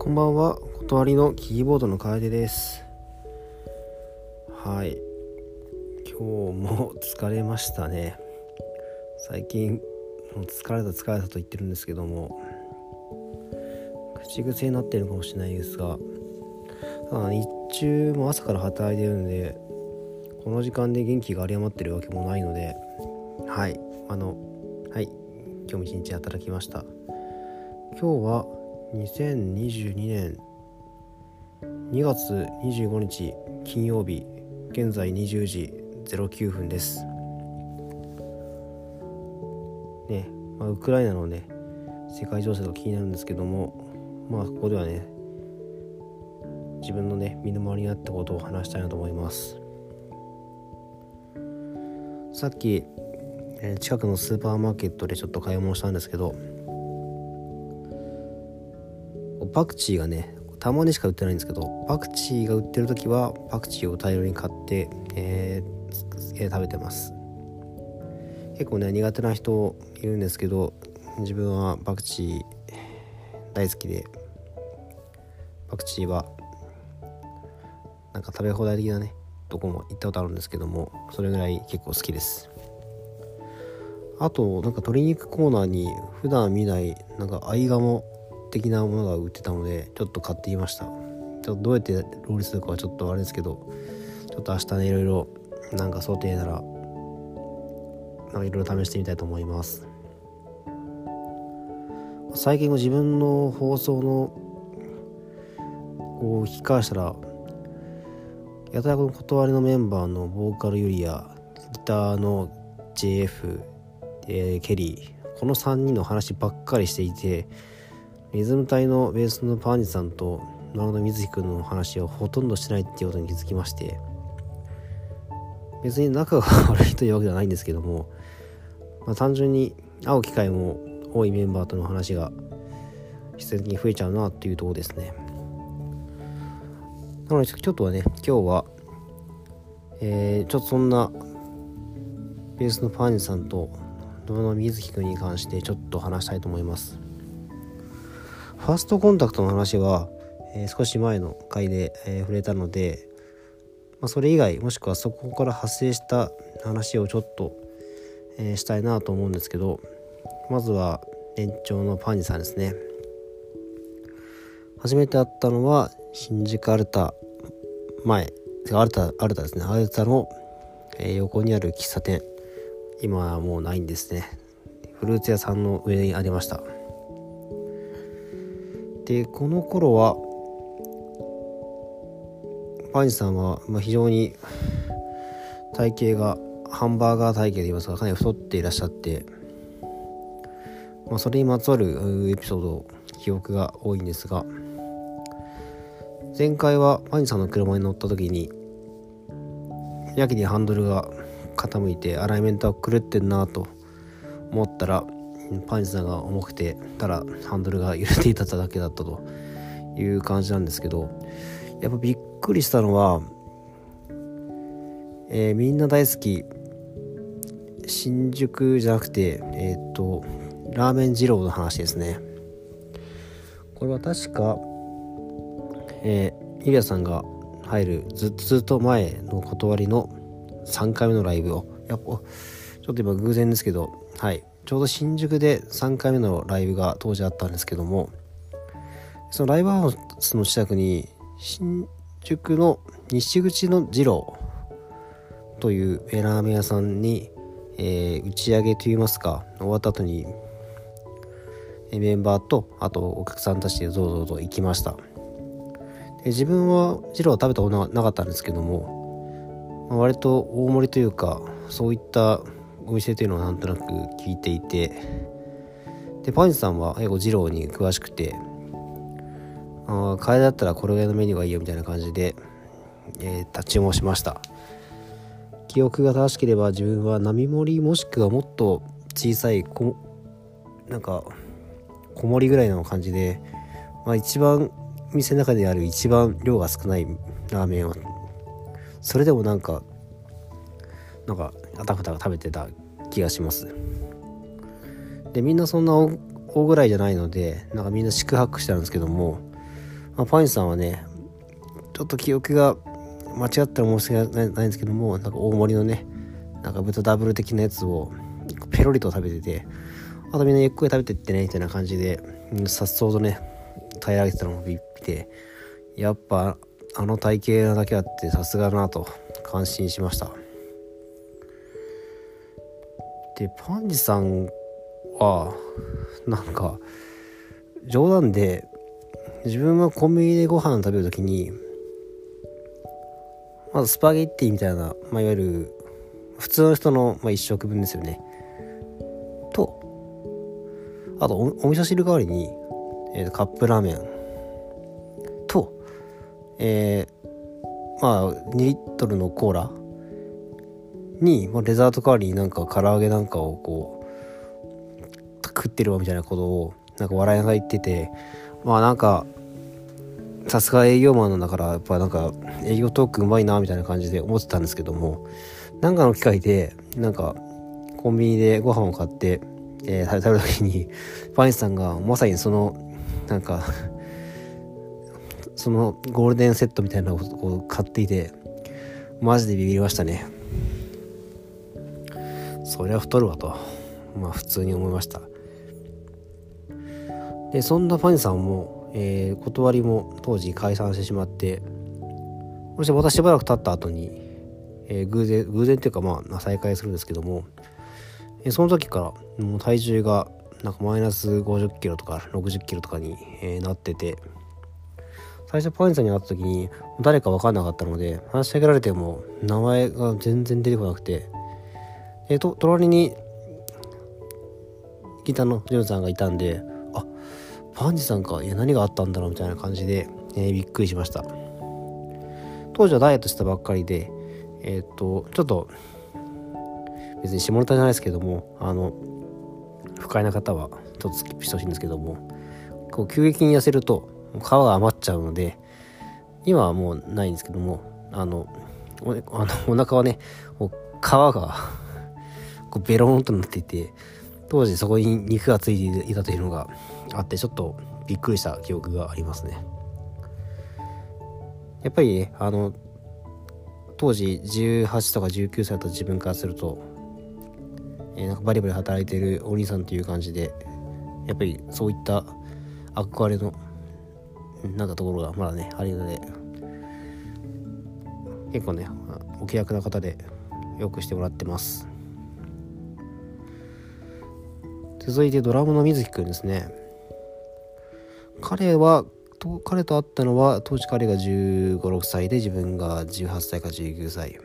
こんばんは。断りのキーボードの楓です。はい、今日も疲れましたね。最近もう疲れたと言ってるんですけども、口癖になってるかもしれないですが、ただ日中も朝から働いてるんで、この時間で元気が有り余ってるわけもないので、今日も一日働きました。今日は2022年2月25日金曜日、現在20時09分ですね。ウクライナのね世界情勢が気になるんですけども、ここではね自分のね身の回りにあったことを話したいなと思います。さっき近くのスーパーマーケットでちょっと買い物したんですけど、パクチーがねたまにしか売ってないんですけど、パクチーが売ってる時はパクチーを大量に買って、食べてます。結構ね苦手な人いるんですけど、自分はパクチー大好きで、パクチーはなんか食べ放題的なねどこも行ったことあるんですけども、それぐらい結構好きです。あとなんか鶏肉コーナーに普段見ないなんか合鴨的なものが売ってたので、ちょっと買ってみました。ちょっとどうやって料理するかはちょっとあれですけど、ちょっと明日ねいろいろなんかソテーならなんかいろいろ試してみたいと思います。最近自分の放送のこう引き返したら、やたらこの断りのメンバーのボーカルユリア、ギターの JF、ケリー、この3人の話ばっかりしていて、リズム隊のベースのパーニさんと直野瑞樹の話をほとんどしてないっていうことに気づきまして、別に仲が悪いというわけではないんですけども、単純に会う機会も多いメンバーとの話が必然的に増えちゃうなっていうところですね。なのでちょっとはね今日は、ちょっとそんなベースのパーニさんと直野瑞樹くんに関してちょっと話したいと思います。ファーストコンタクトの話は、少し前の回で、触れたので、それ以外もしくはそこから派生した話をちょっと、したいなと思うんですけど、まずは年長のパンニさんですね。初めて会ったのは新宿アルタ前、アルタですね。アルタの、横にある喫茶店、今はもうないんですね。フルーツ屋さんの上にありました。でこの頃はパンチさんは非常に体型がハンバーガー体型で言いますがかなり太っていらっしゃって、それにまつわるエピソード記憶が多いんですが、前回はパンチさんの車に乗った時にやけにハンドルが傾いてアライメントは狂ってんなと思ったら、パンチさんが重くてただハンドルが揺れていただけだったという感じなんですけど、やっぱびっくりしたのは、みんな大好き新宿じゃなくてラーメン二郎の話ですね。これは確か、イリアさんが入るずっと前の断りの3回目のライブをちょっと今偶然ですけど、ちょうど新宿で3回目のライブが当時あったんですけども、そのライブハウスの近くに新宿の西口の二郎というラーメン屋さんに、打ち上げといいますか、終わった後にメンバーとあとお客さんたちでどうぞ行きました。で自分は二郎は食べたことなかったんですけども、割と大盛りというかそういったお店というのはなんとなく聞いていて、でパンチさんは結構二郎に詳しくて、楓だったらこれぐらいのメニューがいいよみたいな感じで、注文しました。記憶が正しければ自分は並盛りもしくはもっと小さいなんか小盛りぐらいの感じで、一番店の中である一番量が少ないラーメンをそれでもなんかあたふた食べてた気がします。でみんなそんな大ぐらいじゃないので、みんな四苦八苦してたんですけども、 パンチさんはね、ちょっと記憶が間違ったら申し訳ないんですけども、なんか大盛りのね、なんか豚ダブル的なやつをペロリと食べてて、あとみんなゆっくり食べてってねみたいな感じで、さっそうとね平らげてたのを見て、やっぱあの体型だけあってさすがだなと感心しました。でパンチさんはなんか冗談で、自分がコンビニでご飯食べるときにまずスパゲッティみたいな、いわゆる普通の人の、1食分ですよねと、あと お味噌汁代わりに、カップラーメンと、2リットルのコーラに、デザート代わりになんか唐揚げなんかをこう食ってるわみたいなことをなんか笑いながら言ってて、なんかさすが営業マンなんだからやっぱなんか営業トークうまいなみたいな感じで思ってたんですけども、なんかの機会でなんかコンビニでご飯を買って、食べる時にパンチさんがまさにそのなんかそのゴールデンセットみたいなのを買っていて、マジでビビりましたね。そりゃ太るわと普通に思いました。でそんなパンチさんも、断りも当時解散してしまって、そしてまたしばらく経った後に、偶然っていうか再会するんですけども、その時からもう体重がなんかマイナス50キロとか60キロとかに、なってて、最初パンチさんに会った時に誰か分かんなかったので話しかけられても名前が全然出てこなくて、隣にギターのジョンさんがいたんで、パンチさんか、何があったんだろうみたいな感じで、びっくりしました。当時はダイエットしたばっかりで、ちょっと別に下ネタじゃないですけども、不快な方はちょっとスキップしてほしいんですけども、こう急激に痩せると皮が余っちゃうので、今はもうないんですけども、お腹はね皮がこうベローンとなっていて、当時そこに肉がついていたというのがあって、ちょっとびっくりした記憶がありますね。やっぱりね、当時18とか19歳だった自分からすると、なんかバリバリ働いてるお兄さんっていう感じで、やっぱりそういった憧れのなんかところがまだねあるので、結構ねお気楽な方でよくしてもらってます。続いてドラムの水木くんですね。彼と会ったのは当時彼が15、6歳で自分が18歳か19歳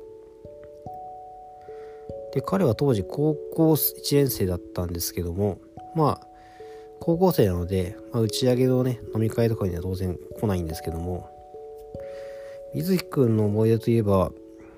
で、彼は当時高校1年生だったんですけども、高校生なので、打ち上げのね飲み会とかには当然来ないんですけども、水木くんの思い出といえば、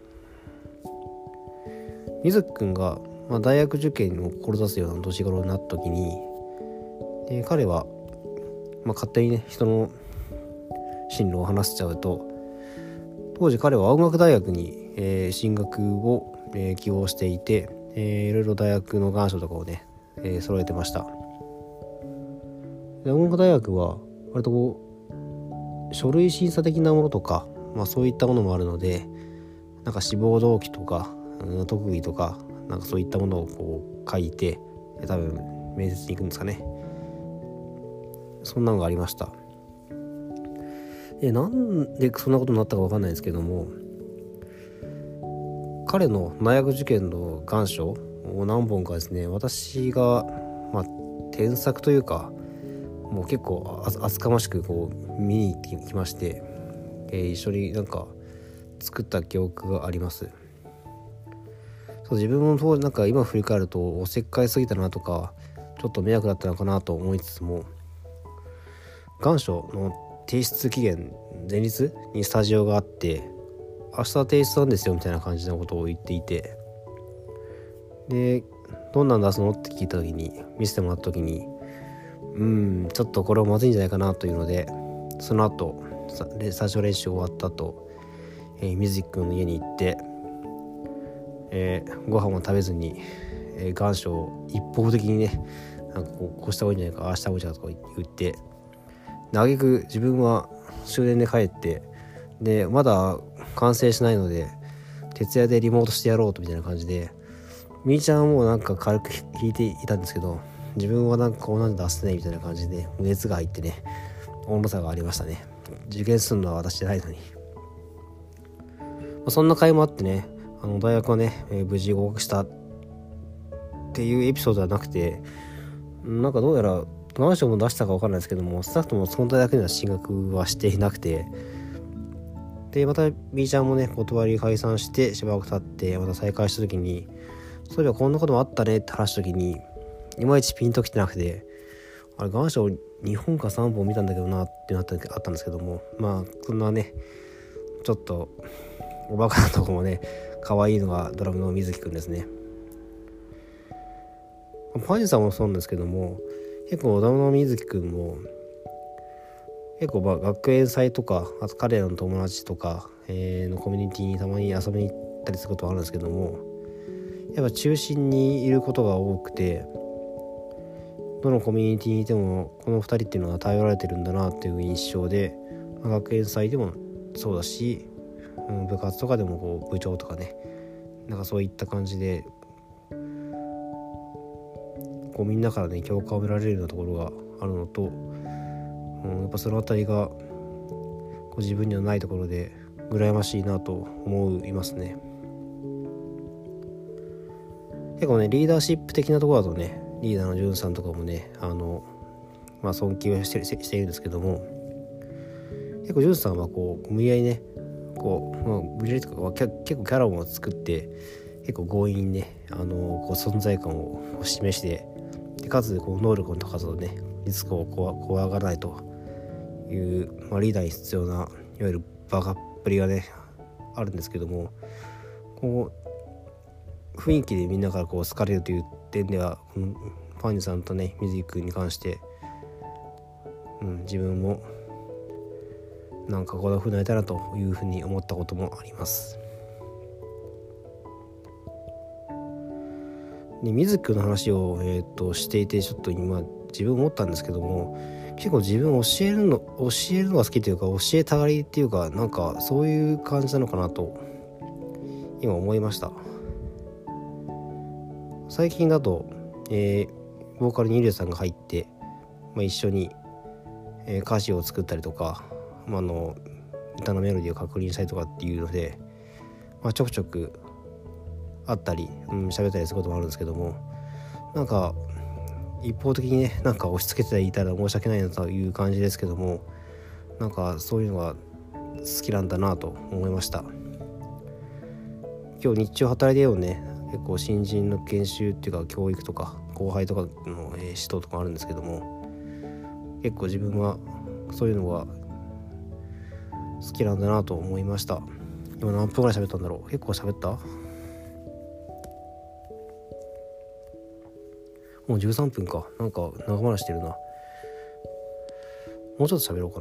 水木くんが大学受験を志すような年頃になった時に、彼は、勝手にね人の進路を話しちゃうと、当時彼は音楽大学に、進学を、希望していて、いろいろ大学の願書とかをね、揃えてました。で音楽大学は割とこう書類審査的なものとか、そういったものもあるので、なんか志望動機とか、特技とかなんかそういったものをこう書いて、多分面接に行くんですかね。そんなのがありました。なんでそんなことになったか分かんないですけども、彼の大学受験の願書を何本かですね、私が、添削というかもう結構厚かましくこう見に行きまして、一緒になんか作った記憶があります。自分も当時なんか今振り返るとおせっかいすぎたなとか、ちょっと迷惑だったのかなと思いつつも、願書の提出期限前日にスタジオがあって、明日提出なんですよみたいな感じのことを言っていて、でどんなん出すのって聞いた時に、見せてもらった時に、ちょっとこれはまずいんじゃないかなというので、その後スタジオ練習終わった後、水木くんの家に行って、ご飯も食べずに、願書を一方的にね、なんかこうした方がいいんじゃないか、ああした方がいいんじゃないかとか言って、 挙句自分は終電で帰って、でまだ完成しないので徹夜でリモートしてやろうとみたいな感じで、みーちゃんはもうなんか軽く弾いていたんですけど、自分はなんかこうなんで出せないみたいな感じで熱が入ってね、温度差がありましたね。受験するのは私じゃないのに。そんな会もあってね、大学はね、無事合格したっていうエピソードはなくて、なんかどうやら何賞も出したか分からないですけども、少なくともその大学には進学はしていなくて、でまた B ちゃんもね断り解散してしばらく経ってまた再会した時に、そういえばこんなこともあったねって話した時にいまいちピンときてなくて、あれ願書2本か3本見たんだけどなってあったんですけども、まあそんなねちょっとおバカなとこもね可愛いのがドラムの水木くんですね。パンジさんもそうなんですけども、結構ドラムの水木くんも結構学園祭とか、あと彼らの友達とか、のコミュニティにたまに遊びに行ったりすることはあるんですけども、やっぱ中心にいることが多くて、どのコミュニティにいてもこの2人っていうのが頼られてるんだなっていう印象で、学園祭でもそうだし、部活とかでもこう部長とかね、なんかそういった感じでこうみんなからね共感を得られるようなところがあるのと、やっぱそのあたりがこう自分にはないところで羨ましいなと思いますね。結構ねリーダーシップ的なところだとね、リーダーのジュンさんとかもね尊敬をしているんですけども、結構ジュンさんはこう無理やりね無理やりとか結構キャラも作って結構強引にねこう存在感を示して、でかつこう能力の高さとねリスクを怖がらないという、リーダーに必要ないわゆるバカっぷりがねあるんですけども、こう雰囲気でみんなからこう好かれるという点では、パンジさんとね水木くんに関して、自分もなんかこんな風になりたいなというふうに思ったこともあります。で水木くんの話を、していてちょっと今自分思ったんですけども、結構自分教えるのが好きというか、教えたがりっていうか、なんかそういう感じなのかなと今思いました。最近だと、ボーカルにイリュさんが入って、一緒に、歌詞を作ったりとか、歌のメロディーを確認したりとかっていうので、ちょくちょく会ったり喋ったりすることもあるんですけども、なんか一方的にねなんか押し付けていたら申し訳ないなという感じですけども、なんかそういうのが好きなんだなと思いました。今日日中働いてよね、結構新人の研修っていうか教育とか後輩とかの指導とかあるんですけども、結構自分はそういうのが好きなんだなと思いました。今何分ぐらい喋ったんだろう。結構喋った？もう13分か。なんか長話してるな。もうちょっと喋ろうかな。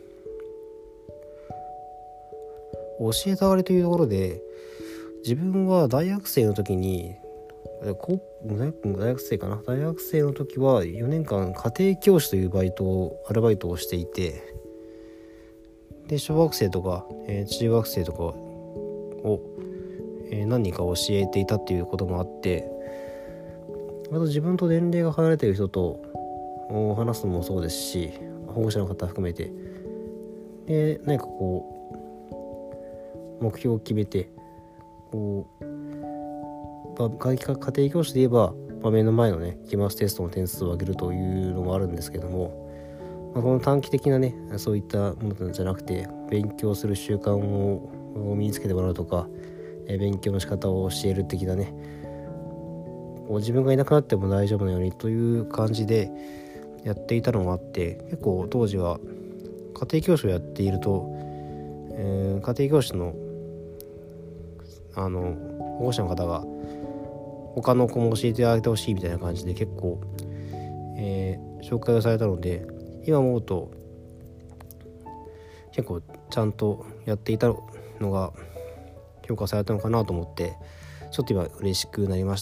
教えたがりというところで、自分は大学生の時に大学生の時は4年間家庭教師というアルバイトをしていて、で小学生とか、中学生とかを、何人か教えていたっていうこともあって、あと自分と年齢が離れている人と話すのもそうですし、保護者の方含めて、で何かこう目標を決めてこう、家庭教師で言えば、目の前のね期末テストの点数を上げるというのもあるんですけども、この短期的なねそういったものじゃなくて、勉強する習慣を身につけてもらうとか、勉強の仕方を教える的なね、自分がいなくなっても大丈夫なようにという感じでやっていたのもあって、結構当時は家庭教師をやっていると、家庭教師の保護者の方が他の子も教えてあげてほしいみたいな感じで結構、紹介をされたので、今思うと結構ちゃんとやっていたのが評価されたのかなと思って、ちょっと今嬉しくなりました。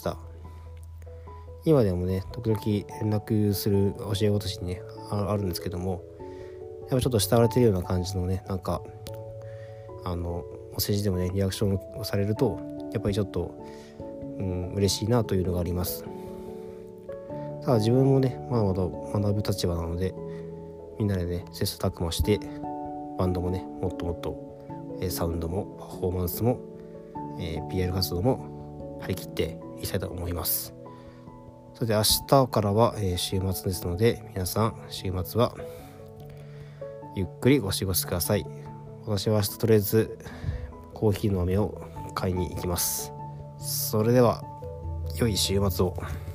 今でもね時々連絡する教え子たちにねあるんですけども、 ぱちょっと慕われてるような感じのね、なんかお世辞でもねリアクションをされるとやっぱりちょっと、嬉しいなというのがあります。ただ自分もねまだまだ学ぶ立場なので、みんなでね切磋琢磨してバンドもねもっともっと、サウンドもパフォーマンスも、PR 活動も張り切っていきたいと思います。それで明日からは、週末ですので、皆さん週末はゆっくりお過ごしください。私は明日とりあえずコーヒーの豆を買いに行きます。それでは良い週末を。